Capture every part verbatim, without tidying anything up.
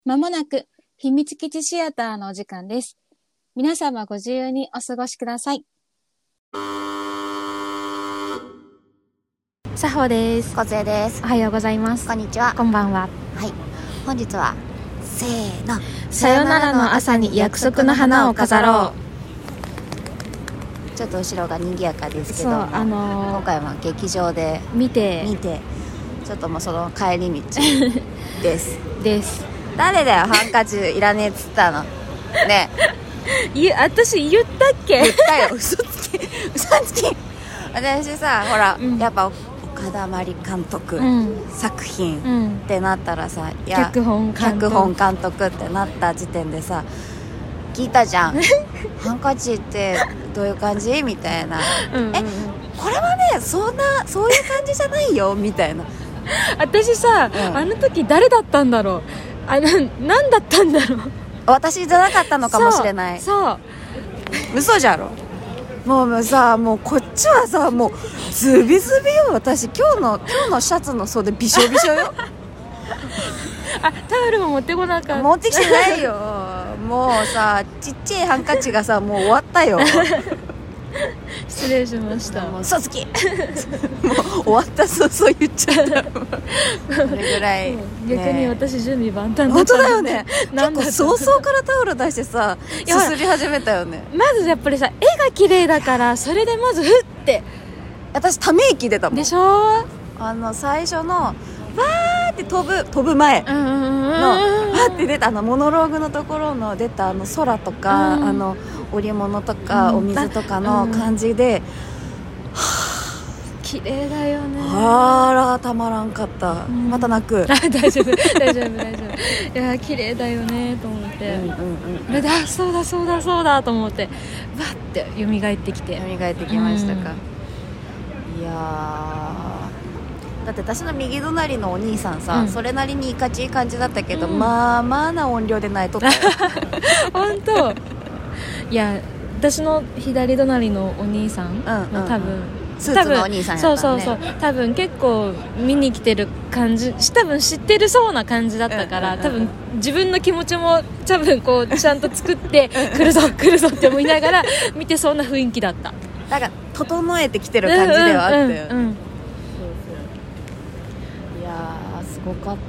まもなく秘密基地シアターのお時間です。皆様ご自由にお過ごしください。さほです。 こつえです。 おはようございます。 こんにちは。 こんばんは。 はい。本日はせーの、 さよならの朝に約束の花を飾ろう。ちょっと後ろが賑やかですけど、 そう、あのー、 今回は劇場で見て見てちょっともうその帰り道ですです誰だよ、ハンカチいらねえっつったのねえい私言ったっけ？ 言ったよ。嘘つき嘘つき。私さ、ほら、うん、やっぱ岡田真理監督、うん、作品、うん、ってなったらさ、いや脚本監督脚本監督ってなった時点でさ、聞いたじゃんハンカチってどういう感じみたいなうん、うん、え、これはね、そんなそういう感じじゃないよみたいな私さ、うん、あの時誰だったんだろう、あの何だったんだろう私じゃなかったのかもしれない。 そう嘘じゃろ。もうさ、もうこっちはさ、もうズビズビよ。私今日の今日のシャツの袖びしょびしょよあ、タオルも持ってこなかった。 持ってきてないよもうさ、ちっちゃいハンカチがさ、もう終わったよ失礼しました。 もう嘘つきもう終わったそうそう言っちゃったそれぐらい、ね、 逆に私準備万端だった。 本当だよね結構早々からタオル出してさ、すすり始めたよね。 まずやっぱりさ、絵が綺麗だから、それでまずふって私ため息出たもんでしょ。 あの最初のわーって飛ぶ飛ぶ前のわーって出たあのモノローグのところの出たあの空とか、うん、あの織物とか、うん、お水とかの感じで、うん、はぁ綺麗だよね。 あらたまらんかった、うん、また泣く大丈夫大丈夫大丈夫いや綺麗だよねと思って、うんうんうんうん、あそうだそうだそうだと思ってバッて蘇ってきて蘇ってきましたか、うん、いやだって私の右隣のお兄さんさ、うん、それなりにいかちい感じだったけど、うん、まあまあな音量で泣いとったよ本当いや私の左隣のお兄さんの、うんうん、多分スーツのお兄さんやったね。 そうそうそう、多分結構見に来てる感じ、多分知ってるそうな感じだったから、うんうんうん、多分自分の気持ちも多分こうちゃんと作って来るぞ来るぞって思いながら見てそうな雰囲気だった。 だから整えてきてる感じではあったよね、うんうんうんうん、いやーすごかった。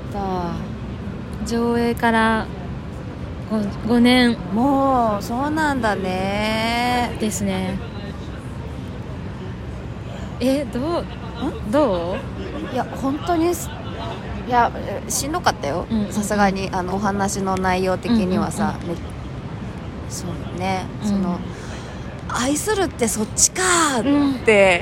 上映からごねん。 もうそうなんだね。 ですね。え、どうどういや本当にいやしんどかったよ、さすがにあのお話の内容的にはさ、うんうんうん、そうね、うん、その愛するってそっちかって、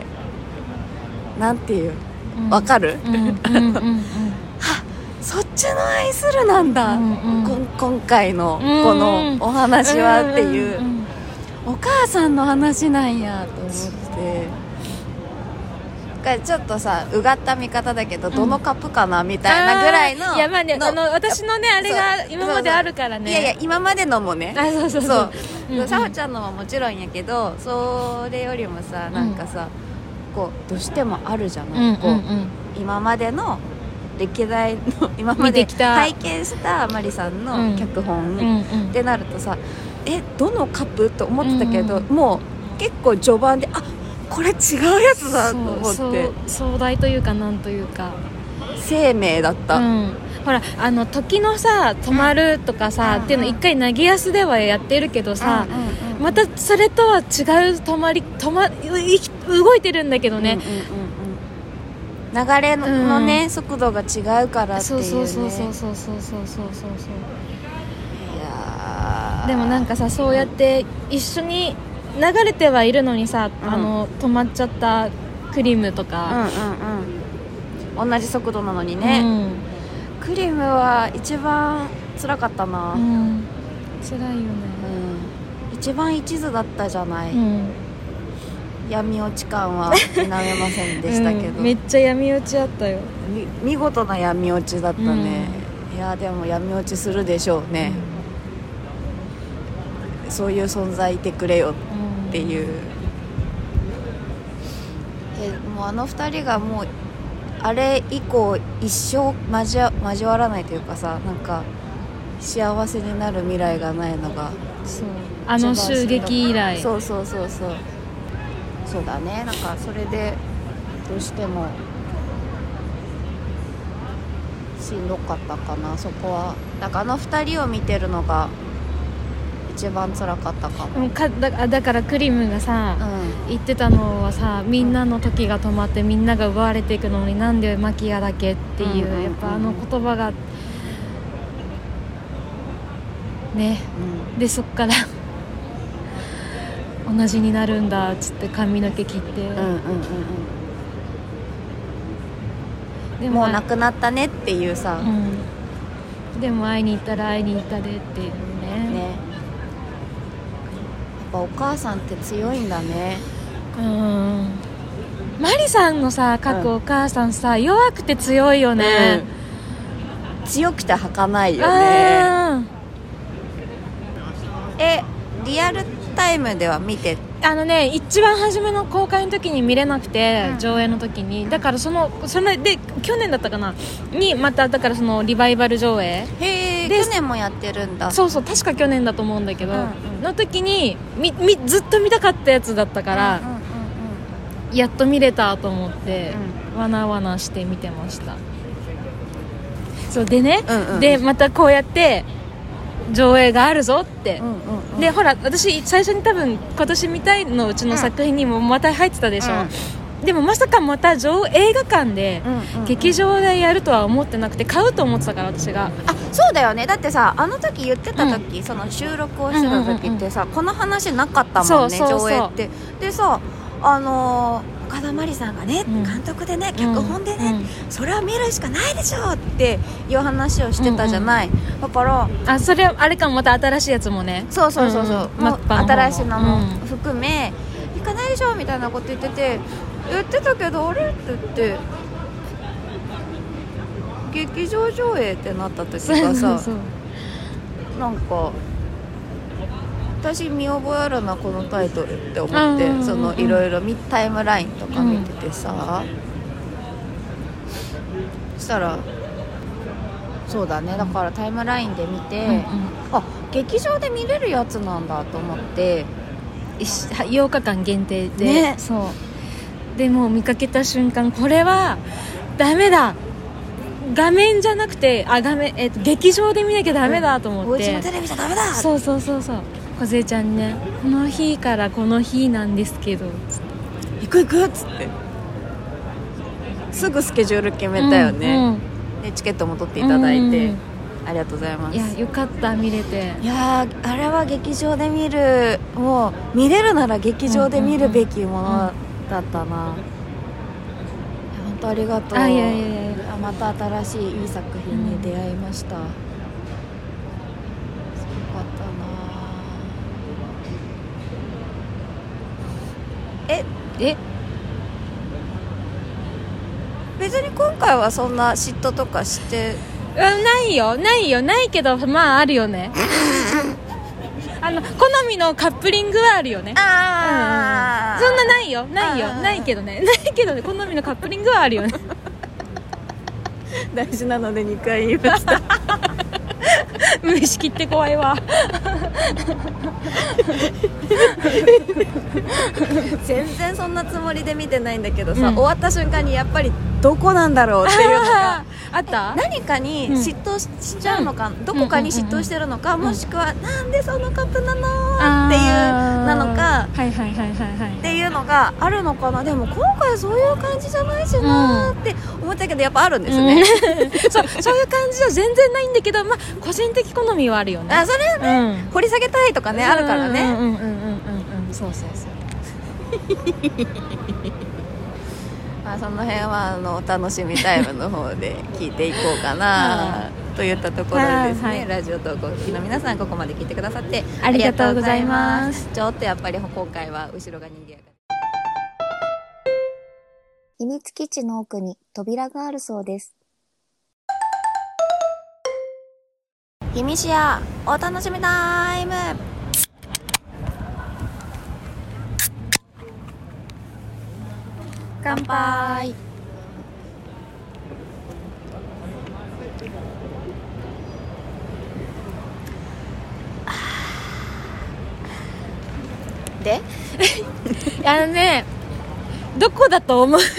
うん、なんていうわ、うん、かる、うんうんうんうんはそっちの愛するなんだ、うんうん、今回のこのお話はっていう、うんうんうん、お母さんの話なんやと思ってちょっとさうがった見方だけど、うん、どのカップかなみたいなぐらいの、 いやまあね、あの私のねあれが今まであるからね。 いやいや今までのもね、 あそうそうそうそうさほちゃんのももちろんやけど、それよりもさなんかさ、うん、こうどうしてもあるじゃない、うんうんうん、こう今までの歴代の今まで体験したマリさんの脚本、うんうんうん、ってなるとさ、えどのカップと思ってたけど、うんうん、もう結構序盤であこれ違うやつだと思って壮大というかなんというか生命だった、うん、 ほらあの時のさ止まるとかさ、うん、っていうの一回投げやすではやってるけどさ、うんうんうん、またそれとは違う止まり止ま動いてるんだけどね、うんうんうんうん、流れのね、うん、速度が違うからっていうね。 そうそうそうそうそうそうそうそうそういやでもなんかさそうやって一緒に流れてはいるのにさ、うん、あの止まっちゃったクリームとか、 うんうんうん、同じ速度なのにね、うん、クリームは一番辛かったな、うん、 辛いよね、 うん、一番一途だったじゃない、うん、闇落ち感は否めませんでしたけど、 うん、めっちゃ闇落ちあったよ。 見事な闇落ちだったね、うん、いやでも闇落ちするでしょうね、うん、そういう存在いてくれよっていう、うん、えもうあの二人がもうあれ以降一生交わ、交わらないというかさ、なんか幸せになる未来がないのがそうあの襲撃以来そうそうそうそうそうだね。なんかそれでどうしてもしんどかったかなそこは。だからあのふたりを見てるのが一番辛かったかも。 か だ, だからクリムがさ、うん、言ってたのはさ、みんなの時が止まってみんなが奪われていくのになんでマキヤだけっていう、うんうんうん、やっぱあの言葉がね、うん、でそっから同じになるんだっつって髪の毛切って、うんうんうんうん、でももう亡くなったねっていうさ、 うん、でも会いに行ったら会いに行ったでっていうね。ね、 やっぱお母さんって強いんだね。 うん。マリさんのさ描くお母さんさ、うん、弱くて強いよね、 うん、強くて儚いよね。え、リアルタイムでは見てあのね一番初めの公開の時に見れなくて、うん、上映の時にだからそのそれで去年だったかなにまただからそのリバイバル上映へー去年もやってるんだ。 そうそう確か去年だと思うんだけど、うんうん、の時にみみずっと見たかったやつだったから、うんうんうんうん、やっと見れたと思って、うん、わなわなして見てました。そうでね、うんうん、でまたこうやって上映があるぞって、うんうんうん、でほら私最初に多分今年見たいのうちの作品にもまた入ってたでしょ、うん、でもまさかまた上映画館で、うんうん、劇場でやるとは思ってなくて買うと思ってたから私が。 あそうだよね。だってさあの時言ってた時、うん、その収録をしてた時ってさ、うんうんうん、この話なかったもんね。そうそうそう上映ってでさあのー岡田真理さんがね、うん、監督でね脚本でね、うん、それは見るしかないでしょっていう話をしてたじゃない、うんうん、だからあそれあれかもまた新しいやつもねそうそうそうそう、うんうん、もう新しいのも含め、うん、行かないでしょみたいなこと言ってて言ってたけどあれって言って劇場上映ってなった時がさそうそうそうなんか私見覚えあるなこのタイトルって思って、うんうんうん、そのいろいろタイムラインとか見ててさ、うん、そしたらそうだねだからタイムラインで見て、うんうん、あ劇場で見れるやつなんだと思ってようかかん限定で、ね、そうでも見かけた瞬間これはダメだ画面じゃなくてあ画面、えー、と劇場で見なきゃダメだと思って、うん、お家のテレビじゃダメだそうそうそうそう梢ちゃんねこの日からこの日なんですけど行く行くっつってすぐスケジュール決めたよね、うんうん、でチケットも取っていただいて、うんうん、ありがとうございます。 いやよかった見れて。 いやあれは劇場で見るもう見れるなら劇場で見るべきものだったな、うんうんうん、本当ありがとう。 あいやいやいやまた新しいいい作品に出会いました、うん、すごかったな。ええ別に今回はそんな嫉妬とかしてないよないよないけどまああるよねあの好みのカップリングはあるよね。あ、うん、そんなないよないよないけどねないけどね好みのカップリングはあるよね大事なのでにかい言いました無意識って怖いわ全然そんなつもりで見てないんだけどさ、うん、終わった瞬間にやっぱりどこなんだろうっていうのがあった何かに嫉妬 し, しちゃうのか、うん、どこかに嫉妬してるのか、うん、もしくはなんでそのカップなのっていうなのかっていうのがあるのかな。でも今回そういう感じじゃないしなって思ったけどやっぱあるんですね、 うん、そう, そういう感じは全然ないんだけど、まあ、個人的好みはあるよね。 あそれはね、うん、掘り下げたいとかねあるからね。 うんうんうんうんうんそうそうそうまあその辺はあのお楽しみタイムの方で聞いていこうかなといったところでですね、はい、ラジオトークをお聞きの皆さんここまで聞いてくださってありがとうございます。 ちょっとやっぱり今回は後ろが賑やか。秘密基地の奥に扉があるそうです。秘密やお楽しみタイム。乾杯。 であのねどこだと思う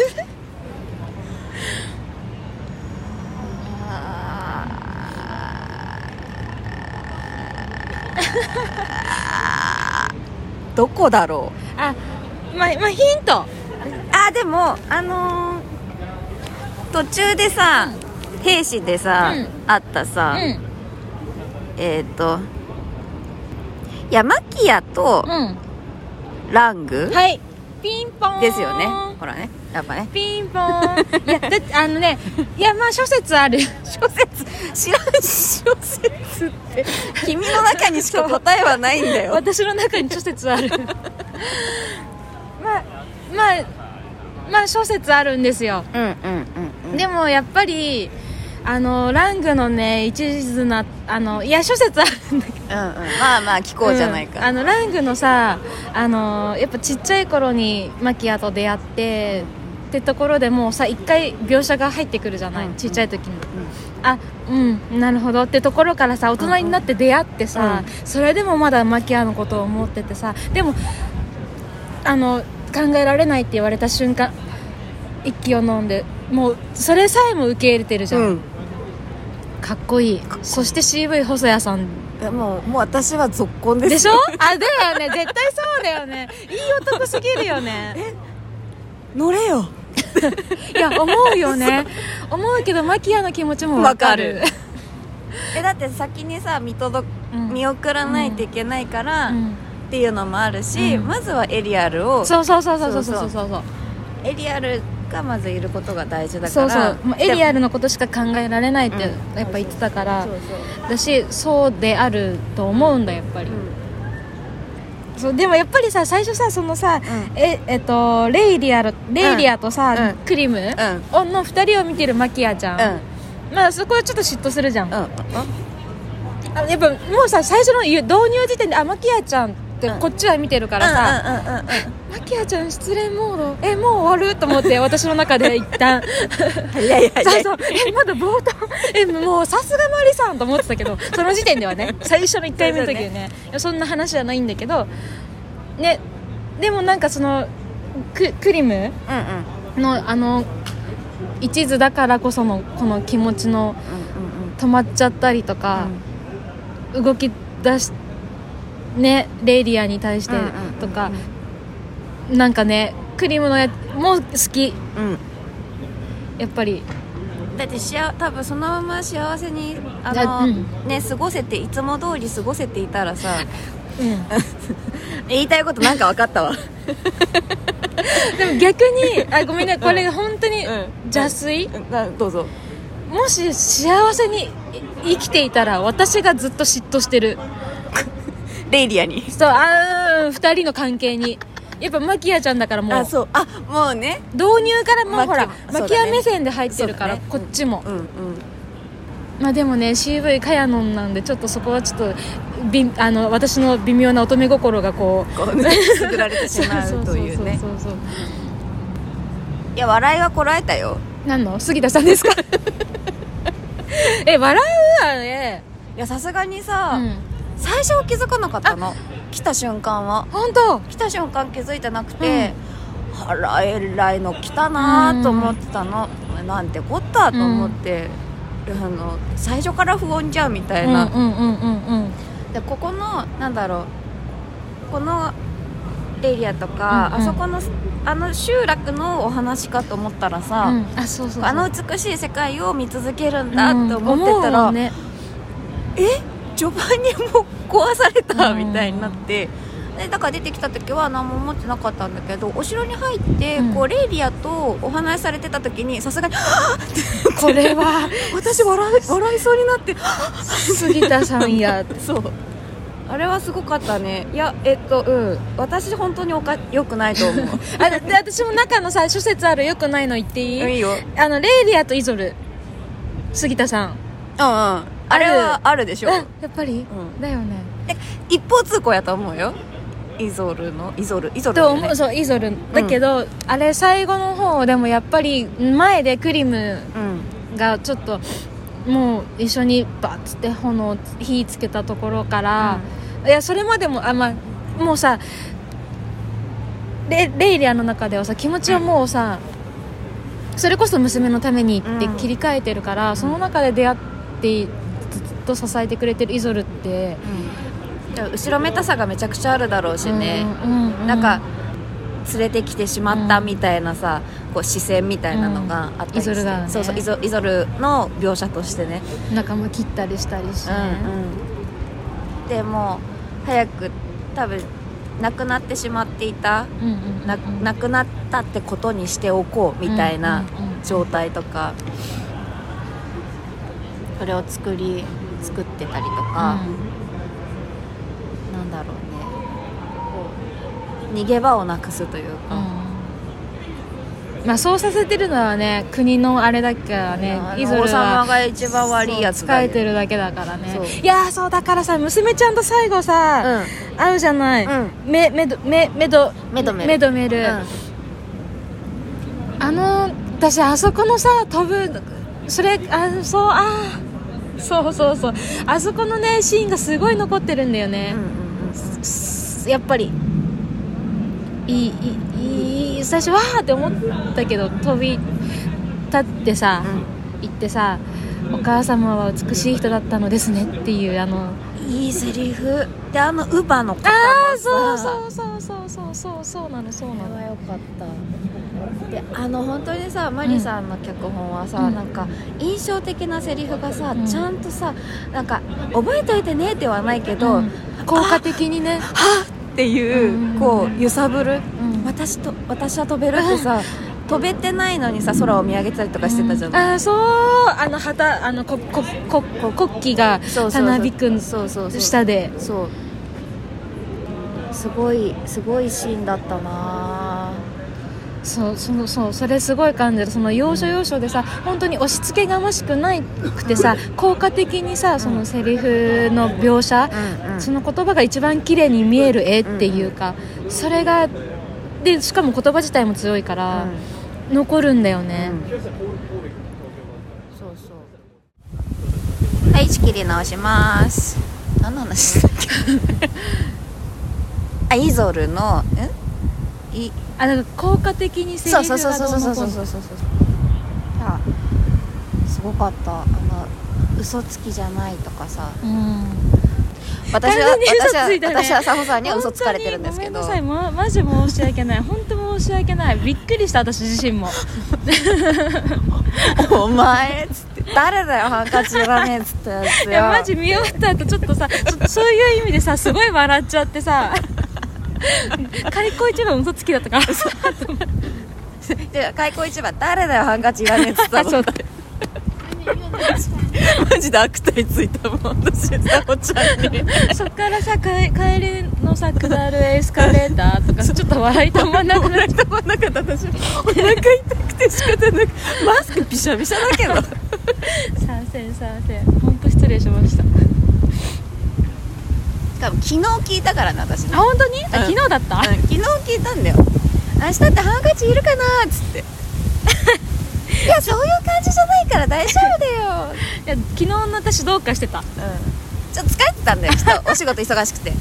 どこだろう。 あ、まあ、まあ、ヒント。 あ、でもあのー、途中でさ、うん、兵士でさ、うん、あったさ、うん、えっ、ー、といやマキアと、うん、ラング、 はい、ピンポーンですよね。ほらね、やっぱねピンポーンいやだってあのね、いやまあ諸説ある諸説知らんし諸説って君の中にしか答えはないんだよ私の中に諸説あるまあまあまあ諸説あるんですよ。 うんうんうん、うん、でもやっぱりあのラングのね一途なあのいや諸説あるんだけど、 うんうん、まあまあ聞こうじゃないか、 うん、あのラングのさあのやっぱちっちゃい頃にマキアと出会ってってところでもうさ一回描写が入ってくるじゃない、うん、ちっちゃい時に、うん、あうんなるほどってところからさ大人になって出会ってさ、うん、それでもまだマキアのことを思っててさ、でもあの考えられないって言われた瞬間息を飲んでもうそれさえも受け入れてるじゃん、うん、かっこいい。そして シーブイ 細谷さん、 いやもうもう私は続婚ですでしょあだよね絶対そうだよねいい男すぎるよねえ乗れよいや思うよね思うけどマキアの気持ちも分かるえだって先にさ 見, 届見送らないといけないから、うん、っていうのもあるし、うん、まずはエリアルをそうそうそうそうそうそうそうそうエリアルがまずいることが大事だからそうそうもうエリアルのことしか考えられないってやっぱ言ってたから、そうそうだしそうであると思うんだやっぱり、うん、そうでもやっぱりさ最初さそのさ、うん、ええっとレイリアルレイリアとさ、うん、クリム、うん、のふたりを見てるマキアちゃん、うん、まあそこはちょっと嫉妬するじゃん、うんうん、あやっぱもうさ最初の導入時点であマキアちゃんってこっちは見てるからさ、マキアちゃん失恋モードえもう終わると思って私の中で一旦いやいやいやそうそうえまだ冒頭えもうさすがマリさんと思ってたけどその時点ではね最初のいっかいめの時でねいやそんな話じゃないんだけどね。でもなんかその ク, クリムの、うんうん、あの一途だからこそのこの気持ちの止まっちゃったりとか、うん、動き出しねレイリアに対してとか、うんうんうん、なんかねクリムのやも好き、うん、やっぱりだってしあ多分そのまま幸せにあの、うん、ね過ごせていつも通り過ごせていたらさ、うん、言いたいことなんか分かったわでも逆にあごめんねこれ本当に邪推、 うんうん、どうぞ。 もし幸せに生きていたら私がずっと嫉妬してるレイリアにそうあふたりの関係にやっぱマキアちゃんだからもうあそうあもうね導入からもうほらマキア目線で入ってるから、ね、こっちも、うんうんうん、まあでもね シーブイ カヤノンなんでちょっとそこはちょっとびあの私の微妙な乙女心がこうこう、ね、作られてしまうというねいや笑いはこらえたよ。 何の杉田さんですかえ笑うわね。 いやさすがにさ、うん最初は気づかなかったの。来た瞬間は本当来た瞬間気づいてなくて、うん、あらえらいの来たなと思ってたの、うん、なんてこったと思って、うん、あの最初から不穏じゃんみたいな、うんうんうんうんうん、でここのなんだろうこのエリアとか、うんうん、あそこのあの集落のお話かと思ったらさ、うん、あ, そうそうそうあの美しい世界を見続けるんだって思ってたら、うんね、え序盤にもう壊されたみたいになって、うん、でだから出てきた時は何も思ってなかったんだけどお城に入って、うん、こうレイリアとお話しされてた時にさすがにはぁってこれは私笑い、笑いそうになって杉田さんやそうあれはすごかったね。いやえっとうん私本当におか良くないと思うあで私も中のさ諸説ある良くないの言っていい？ いいよ。 あのレイリアとイゾル杉田さんうんうんあれはあるでしょ。 やっぱり、うん、だよね。 一方通行やと思うよ。イゾルのイゾルイゾルだよね。 そうイゾルだけど、うん、あれ最後の方でもやっぱり前でクリムがちょっともう一緒にバッつって炎火つけたところから、うん、いやそれまでもあまあもうさレ, レイリアの中ではさ気持ちをもうさ、うん、それこそ娘のためにって切り替えてるから、うん、その中で出会ってずっと支えてくれてるイゾルって、 うん、後ろめたさがめちゃくちゃあるだろうしね、うんうんうん、なんか連れてきてしまったみたいなさ、うん、こう視線みたいなのがあったりして、うん、イゾルが、ね、そうそうイゾ、イゾルの描写としてね仲間切ったりしたりして、ねうんうん、でも早く多分亡くなってしまっていた、うんうんうんうん、な亡くなったってことにしておこうみたいな状態とか、うんうんうん、それを作り作ってたりとか、うん、なんだろうね逃げ場をなくすというか、 うん、まあそうさせてるのはね国のあれだからね、 イゾルは王様が一番悪いやつだよ、疲れてるだけだからね。いやそうだからさ娘ちゃんと最後さ、うん、会うじゃない、うん、メメドメメドメドメル、 メドメル、うん、あの私あそこのさ飛ぶそれあそうあそうそうそうあそこのねシーンがすごい残ってるんだよね、うんうんうん、やっぱりいいいい最初わーって思ったけど飛び立ってさ、うん、行ってさお母様は美しい人だったのですねっていうあのいいセリフであのウバの方もさあそうそうそうそうそうそうそうなのそうなのよかったであの本当にさマリさんの脚本はさ、うん、なんか印象的なセリフがさ、うん、ちゃんとさなんか覚えといてねではないけど、うん、 効果的にねはっっていう、うん、こう揺さぶる、うん、私と私は飛べるってさ飛べてないのにさ空を見上げたりとかしてたじゃない、 うん、あそうあの旗あのここここ国旗がたなびく下でそうすごいすごいシーンだったなそうそうそうそれすごい感じるその要所要所でさ本当に押し付けがましくないくてさ効果的にさそのセリフの描写、うんうん、その言葉が一番綺麗に見える絵っていうか、うんうん、それがでしかも言葉自体も強いから、うん、残るんだよね、うん、そうそうはい仕切り直します何の話だっけあイゾルのんいあだから効果的にセリフがどうのこうのそうそうそうそうそうそうそうすごかったあの嘘つきじゃないとかさ、うん、 私は私は私はサホさんには嘘つかれてるんですけどごめんなさい、ま、マジ申し訳ない本当申し訳ないびっくりした私自身もお前っつって誰だよハンカチいらねえっつったやつよいやマジ見終わった後ちょっとさそういう意味でさすごい笑っちゃってさ開口一番嘘つきだったからで開口一番誰だよハンカチいらねえっつったのマジで悪態ついたもん私サホちゃんにそっからさ帰りのさ下るエスカレーターとかちょっと笑い止まんなくなっちゃったお腹痛くて仕方なくマスクびしゃびしゃだけど参戦参戦本当失礼しました多分昨日聞いたからね私ねあ本当に、うん、昨日だった、 うん、昨日聞いたんだよ明日ってハンカチいるかなっつっていやそういう感じじゃないから大丈夫だよいや昨日の私どうかしてた、うん、 ちょっと疲れてたんだよきっとお仕事忙しくて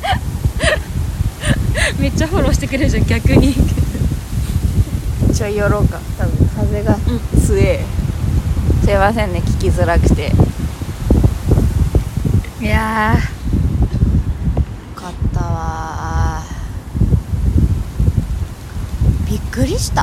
めっちゃフォローしてくれるじゃん逆にちょい寄ろうか多分風が強え、うん、すいませんね聞きづらくていやーよかったわびっくりした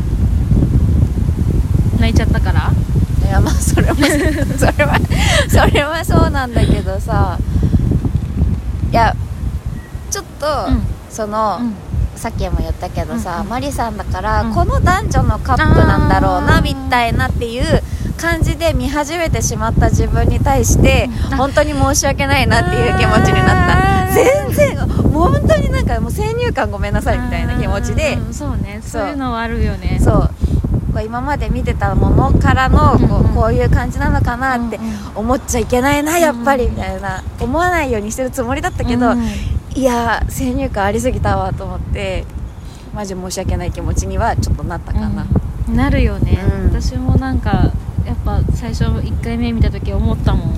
泣いちゃったからいやまあそれはそれはそれはそうなんだけどさいやちょっと、うん、その、うん、さっきも言ったけどさ、うんうん、マリさんだから、うん、この男女のカップなんだろうなみたいなっていう感じで見始めてしまった自分に対して本当に申し訳ないなっていう気持ちになった全然本当になんかもう先入観ごめんなさいみたいな気持ちでそうねそういうのはあるよねそうこう今まで見てたものからのこう、うんうん、こういう感じなのかなって思っちゃいけないなやっぱりみたいな思わないようにしてるつもりだったけど、うんうん、いや先入観ありすぎたわと思ってマジ申し訳ない気持ちにはちょっとなったかな、 うん、なるよね、うん、私もなんかやっぱ最初いっかいめ見た時思ったもん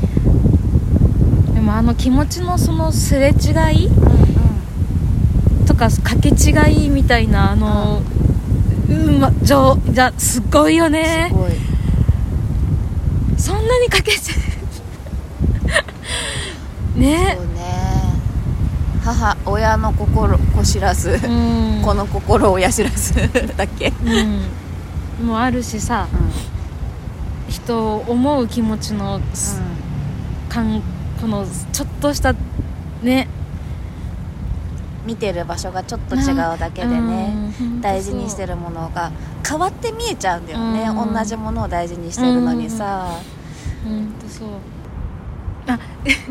でもあの気持ちのそのすれ違い、うんうん、ととか掛け違いみたいなあの、うん、うまじゃじゃすごいよね。 すごい。 そんなに掛け違いね。 そうね。母親の心こしらず、うん、この心をやしらずだっけ、 うん、もうあるしさ、うん、人を思う気持ちの、うん、かんこのちょっとしたね、 見てる場所がちょっと違うだけでね、うん、大事にしてるものが変わって見えちゃうんだよね、うん、同じものを大事にしてるのにさ、 うん、ほんとそう。あ、はい、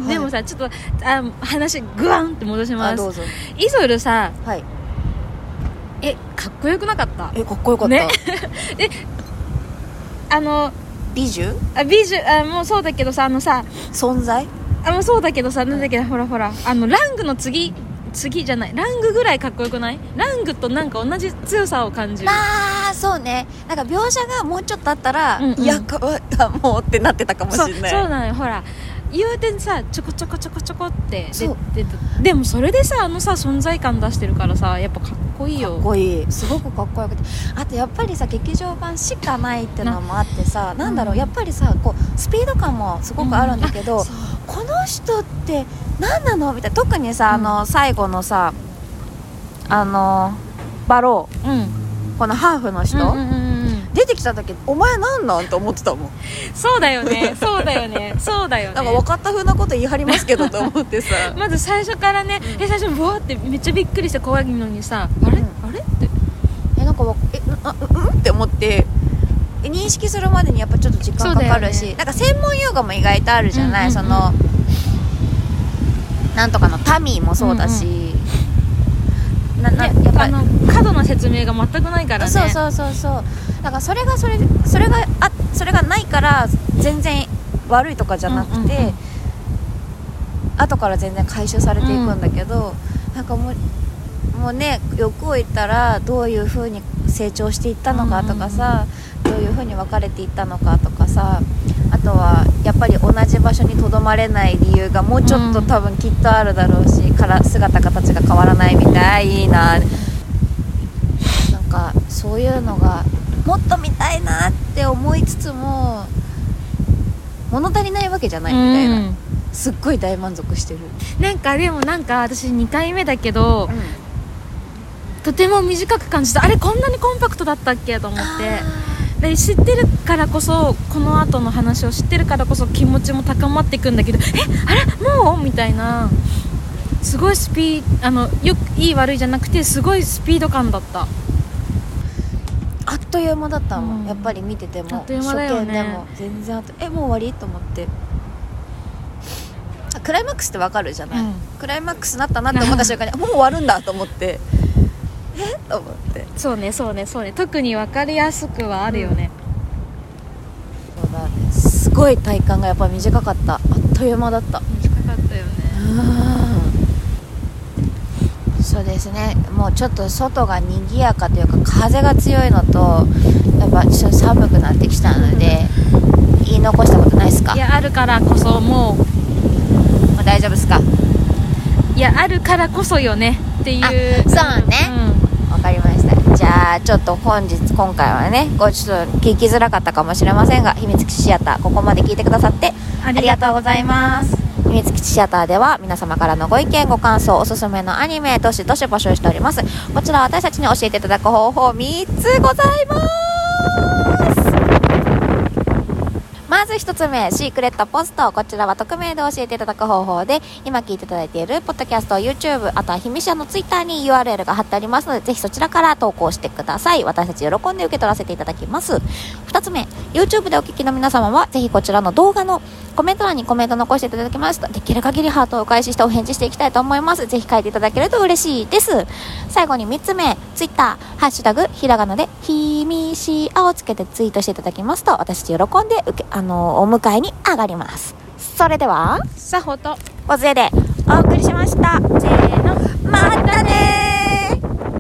でもさちょっとあ話グワンって戻します。 あ、どうぞ。 イソルさ、 はい、 えかっこよくなかった？ えかっこよかった、 ね、えあの美女あ美女あもうそうだけどさあのさ存在あもうそうだけどさなんだっけ、ほらほらあのラングの次次じゃないラングぐらいかっこよくない？ラングとなんか同じ強さを感じる。 ああそうね。なんか描写がもうちょっとあったら、うんうん、いやかわったもうってなってたかもしれない。 そう、そうなのよ。ほら言うてさちょこちょこちょこちょこってででもそれでさあのさ存在感出してるからさやっぱかっこいいよ。 かっこいい。すごくかっこよくて、あとやっぱりさ劇場版しかないっていうのもあってさ、な, なんだろう、うん、やっぱりさこうスピード感もすごくあるんだけど、うん、この人って何なのみたいな。特にさ、うん、あの最後のさあのバロー、うん、このハーフの人、うんうんうん、出てきた時お前なんなんと思ってたもん。 そうだよねそうだよねそうだよね。 なんか分かった風なこと言い張りますけどと思ってさまず最初からね、うん、え最初にボワってめっちゃびっくりして怖いのにさ、うん、あれ、うん、あれってえなんかえあうんって思って認識するまでにやっぱちょっと時間かかるし、ね、なんか専門用語も意外とあるじゃない、うんうんうん、そのなんとかのタミーもそうだし、うんうん、ななやっぱあの過度な説明が全くないからね。 そうそうそうそうだからそれがそれそれがあそれがないから全然悪いとかじゃなくて、うんうんうん、後から全然回収されていくんだけど、うん、なんかもうもうね欲を言ったらどういう風に成長していったのかとかさ、うんうんうん、どういう風に別れていったのかとかさ、あとはやっぱり同じ場所にとどまれない理由がもうちょっと多分きっとあるだろうし、うん、から姿形が変わらないみたいいいな、なんかそういうのがもっと見たいなって思いつつも物足りないわけじゃないみたいな、うん、すっごい大満足してる。 なんかでもなんか私にかいめだけど、うん、とても短く感じた。あれこんなにコンパクトだったっけと思ってで知ってるからこそこの後の話を知ってるからこそ気持ちも高まっていくんだけど、えあれもうみたいな、すごいスピーあのよくいい悪いじゃなくてすごいスピード感だった。 あっという間だったもん、うん、やっぱり見ててもあっという間だよね。 初見でも全然あとえもう終わりと思って、クライマックスってわかるじゃない、うん、クライマックスになったなって思った瞬間にもう終わるんだと思ってえと思って。 そうねそうねそうね特に分かりやすくはあるよね、 うん、そうだね。すごい体感がやっぱ短かった。あっという間だった。 短かったよね。 そうですね。もうちょっと外が賑やかというか風が強いのとやっぱちょっと寒くなってきたので、うん、言い残したことないですか？ いやあるからこそもう、もう大丈夫ですか？ いやあるからこそよねっていう。 そうね、うん、わかりました。じゃあちょっと本日今回はねこうちょっと聞きづらかったかもしれませんが、秘密基地シアターここまで聞いてくださってありがとうございます。秘密基地シアターでは皆様からのご意見ご感想おすすめのアニメどしどし募集しております。こちら私たちに教えていただく方法みっつございます。まずひとつめ、シークレットポスト。こちらは匿名で教えていただく方法で、今聞いていただいているポッドキャスト、YouTube、あとはひみしゃのツイッターに ユーアールエル が貼ってありますので、ぜひそちらから投稿してください。私たち喜んで受け取らせていただきます。ふたつめ、YouTube でお聞きの皆様はぜひこちらの動画のコメント欄にコメント残していただきますと、できる限りハートをお返ししてお返事していきたいと思います。ぜひ書いていただけると嬉しいです。最後にみっつめ、Twitter、ハッシュタグひらがなでひみしあをつけてツイートしていただきますと、私たち喜んで受けあのお迎えに上がります。それではさほと小杖でお送りしました。せーの。